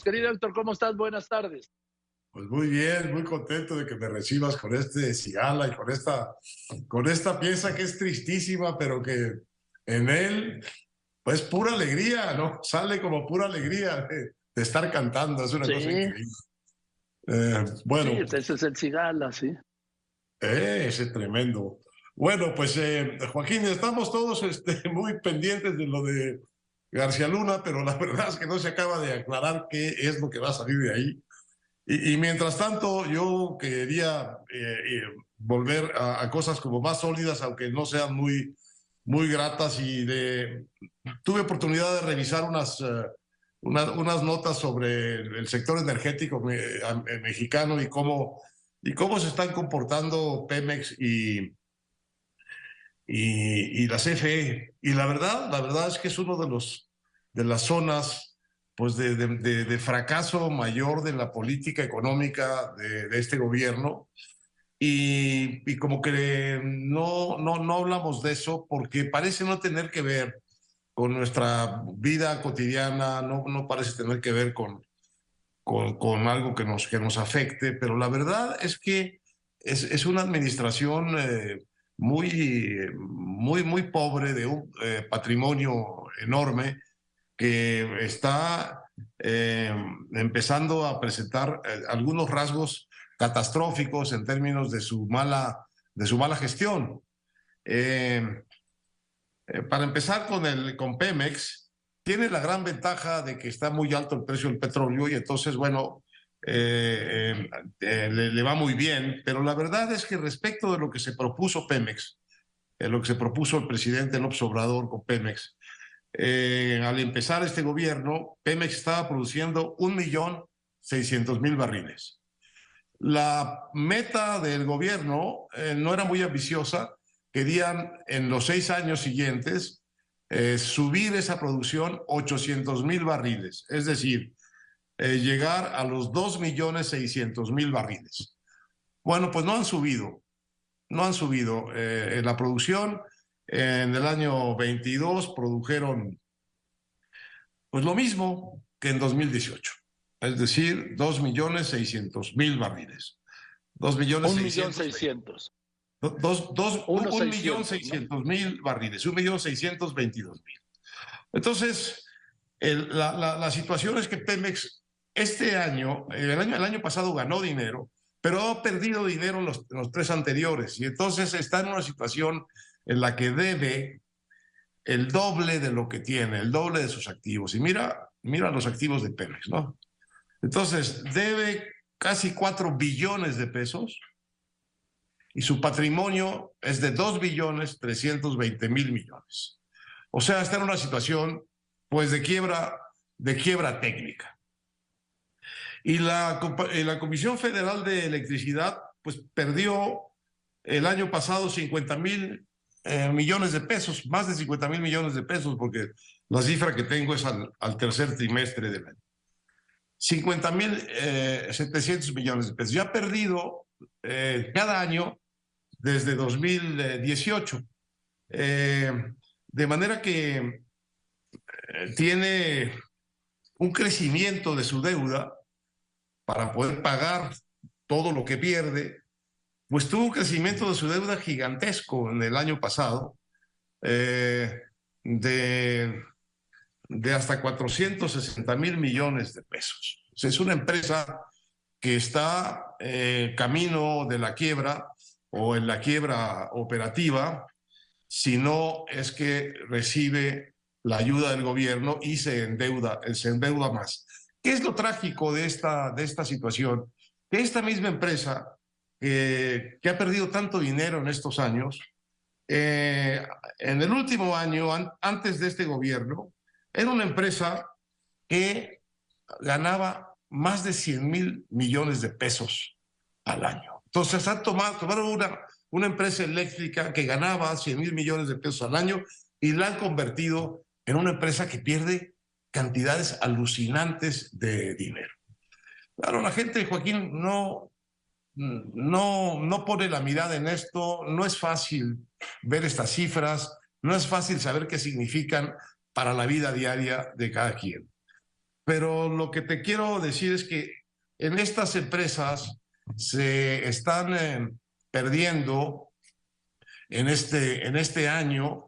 Querido Héctor, ¿cómo estás? Buenas tardes. Pues muy bien, muy contento de que me recibas con este Cigala y con esta pieza que es tristísima, pero que en él, pues pura alegría, ¿no? Sale como pura alegría de estar cantando, es una Sí, cosa increíble. sí, Bueno, ese es el Cigala, sí. ese tremendo. Bueno, pues Joaquín, estamos todos muy pendientes de lo de García Luna, pero la verdad es que no se acaba de aclarar qué es lo que va a salir de ahí. Y mientras tanto, yo quería volver a cosas como más sólidas, aunque no sean muy gratas, tuve oportunidad de revisar unas notas sobre el sector energético mexicano y cómo se están comportando Pemex y la CFE. Y la verdad es que es uno de las zonas pues de fracaso mayor de la política económica de este gobierno. Y como que no hablamos de eso porque parece no tener que ver con nuestra vida cotidiana, no parece tener que ver con algo que nos afecte, pero la verdad es que es una administración muy pobre, de un patrimonio enorme, que está empezando a presentar algunos rasgos catastróficos en términos de su mala gestión. Para empezar con Pemex, tiene la gran ventaja de que está muy alto el precio del petróleo y entonces, bueno, le va muy bien, pero la verdad es que respecto de lo que se propuso Pemex, lo que se propuso el presidente López Obrador con Pemex, al empezar este gobierno, Pemex estaba produciendo 1.600.000 barriles. La meta del gobierno no era muy ambiciosa. Querían en los 6 años siguientes subir esa producción 800.000 barriles, es decir, llegar a los 2.600.000 barriles. Bueno, pues no han subido. La producción. En el año 22 produjeron pues lo mismo que en 2018, es decir, 2.600.000 barriles. 1.600.000. 1.600.000 barriles, 1.622.000. Entonces, la situación es que Pemex este año, el año pasado ganó dinero, pero ha perdido dinero en los 3 anteriores. Y entonces está en una situación en la que debe el doble de lo que tiene, el doble de sus activos. Y mira los activos de Pemex, ¿no? Entonces, debe casi 4 billones de pesos y su patrimonio es de 2.320.000.000.000. O sea, está en una situación, pues, de quiebra técnica. Y la Comisión Federal de Electricidad, pues, perdió el año pasado 50.000 millones de pesos, más de 50.000 millones de pesos, porque la cifra que tengo es al tercer trimestre del año. 50.700 millones de pesos. Ya ha perdido cada año desde 2018. De manera que tiene un crecimiento de su deuda para poder pagar todo lo que pierde. Pues tuvo un crecimiento de su deuda gigantesco en el año pasado, de hasta 460.000 millones de pesos. O sea, es una empresa que está camino de la quiebra o en la quiebra operativa, si no es que recibe la ayuda del gobierno y se endeuda más. ¿Qué es lo trágico de esta situación? Que esta misma empresa que ha perdido tanto dinero en estos años, en el último año, antes de este gobierno, era una empresa que ganaba más de 100.000 millones de pesos al año. Entonces, tomaron una empresa eléctrica que ganaba 100.000 millones de pesos al año y la han convertido en una empresa que pierde cantidades alucinantes de dinero. Claro, la gente, Joaquín, no pone la mirada en esto, no es fácil ver estas cifras, no es fácil saber qué significan para la vida diaria de cada quien. pero lo que te quiero decir es que en estas empresas se están perdiendo en este año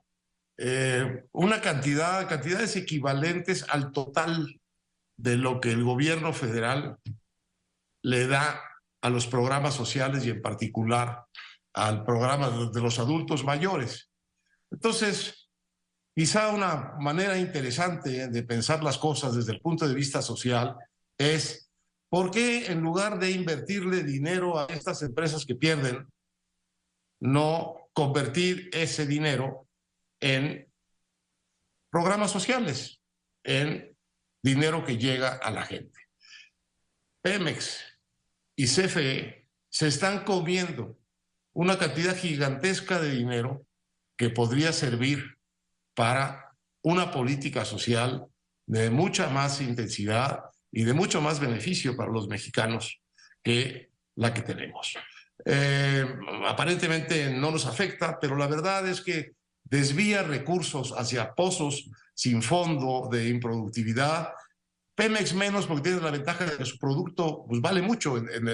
una cantidades equivalentes al total de lo que el gobierno federal le da a los programas sociales y en particular al programa de los adultos mayores. Entonces, quizá una manera interesante de pensar las cosas desde el punto de vista social es ¿por qué en lugar de invertirle dinero a estas empresas que pierden, no convertir ese dinero en programas sociales, en dinero que llega a la gente? Pemex y CFE se están comiendo una cantidad gigantesca de dinero que podría servir para una política social de mucha más intensidad y de mucho más beneficio para los mexicanos que la que tenemos. Aparentemente no nos afecta, pero la verdad es que desvía recursos hacia pozos sin fondo de improductividad. Pemex menos porque tiene la ventaja de que su producto pues, vale mucho en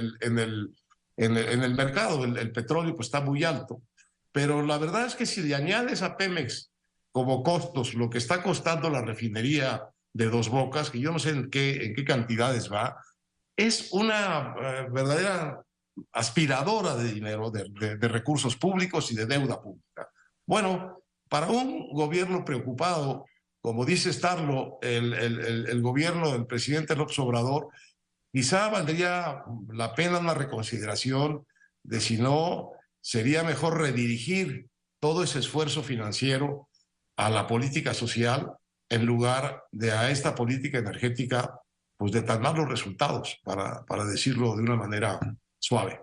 el mercado. El petróleo pues, está muy alto. Pero la verdad es que si le añades a Pemex como costos lo que está costando la refinería de Dos Bocas, que yo no sé en qué cantidades va, es una verdadera aspiradora de dinero, de recursos públicos y de deuda pública. Bueno, para un gobierno preocupado, como dice estarlo el gobierno del presidente López Obrador, quizá valdría la pena una reconsideración de si no sería mejor redirigir todo ese esfuerzo financiero a la política social en lugar de a esta política energética, pues de tan malos resultados, para decirlo de una manera suave.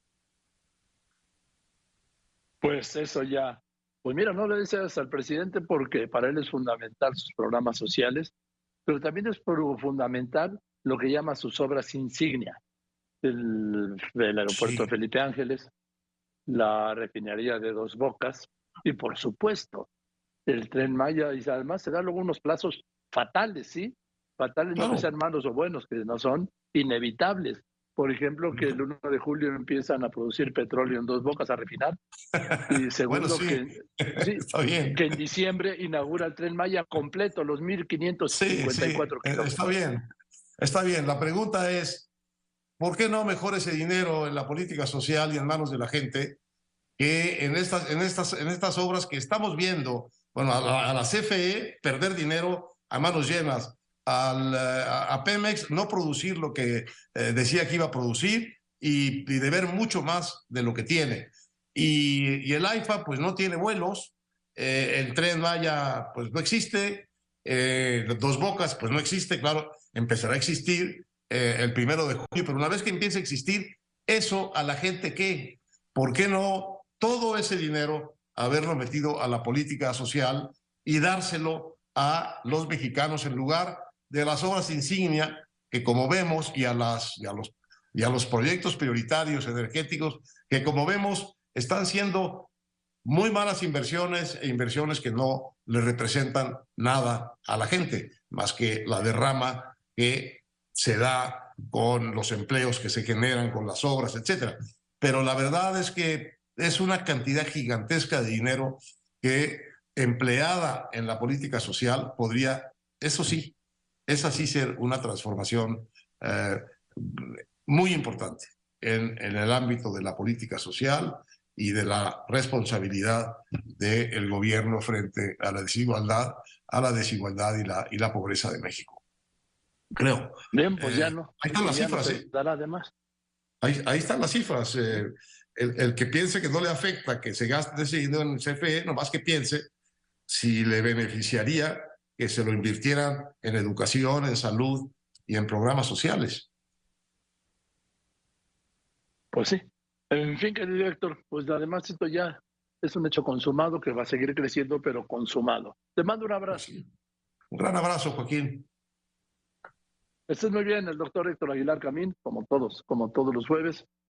Pues eso ya. Pues mira, no le dices al presidente porque para él es fundamental sus programas sociales, pero también es fundamental lo que llama sus obras insignia. El aeropuerto Sí. Felipe Ángeles, la refinería de Dos Bocas y por supuesto el Tren Maya, y además se dan luego unos plazos fatales, ¿sí? Fatales, Claro. no que sean malos o buenos, que no son inevitables. Por ejemplo, que el 1 de julio empiezan a producir petróleo en Dos Bocas, a refinar. Y segundo, Bueno, sí. sí, Está bien. que en diciembre inaugura el Tren Maya completo, los 1.554 kilómetros. Está bien. Está bien. La pregunta es, ¿por qué no mejor ese dinero en la política social y en manos de la gente que en estas obras que estamos viendo? Bueno, a la CFE perder dinero a manos llenas, a Pemex no producir lo que decía que iba a producir y deber mucho más de lo que tiene. Y el AIFA pues no tiene vuelos, el Tren Maya pues no existe, Dos Bocas pues no existe, claro, empezará a existir el 1 de junio, pero una vez que empiece a existir, eso a la gente ¿qué? ¿Por qué no todo ese dinero haberlo metido a la política social y dárselo a los mexicanos en lugar de las obras insignia que como vemos y a los proyectos prioritarios energéticos que como vemos están siendo muy malas inversiones e inversiones que no le representan nada a la gente, más que la derrama que se da con los empleos que se generan, con las obras, etcétera. Pero la verdad es que es una cantidad gigantesca de dinero que empleada en la política social podría, eso sí, es así ser una transformación muy importante en el ámbito de la política social y de la responsabilidad del gobierno frente a la desigualdad y la pobreza de México. Creo. Bien, pues ya no. Ahí están las cifras, no se dará de más. Ahí están las cifras. El que piense que no le afecta que se gaste ese dinero en el CFE, nomás que piense si le beneficiaría que se lo invirtieran en educación, en salud y en programas sociales. Pues sí. En fin, querido Héctor, pues además esto ya es un hecho consumado que va a seguir creciendo, pero consumado. Te mando un abrazo. Sí. Un gran abrazo, Joaquín. Estés muy bien, el doctor Héctor Aguilar Camín, como todos los jueves.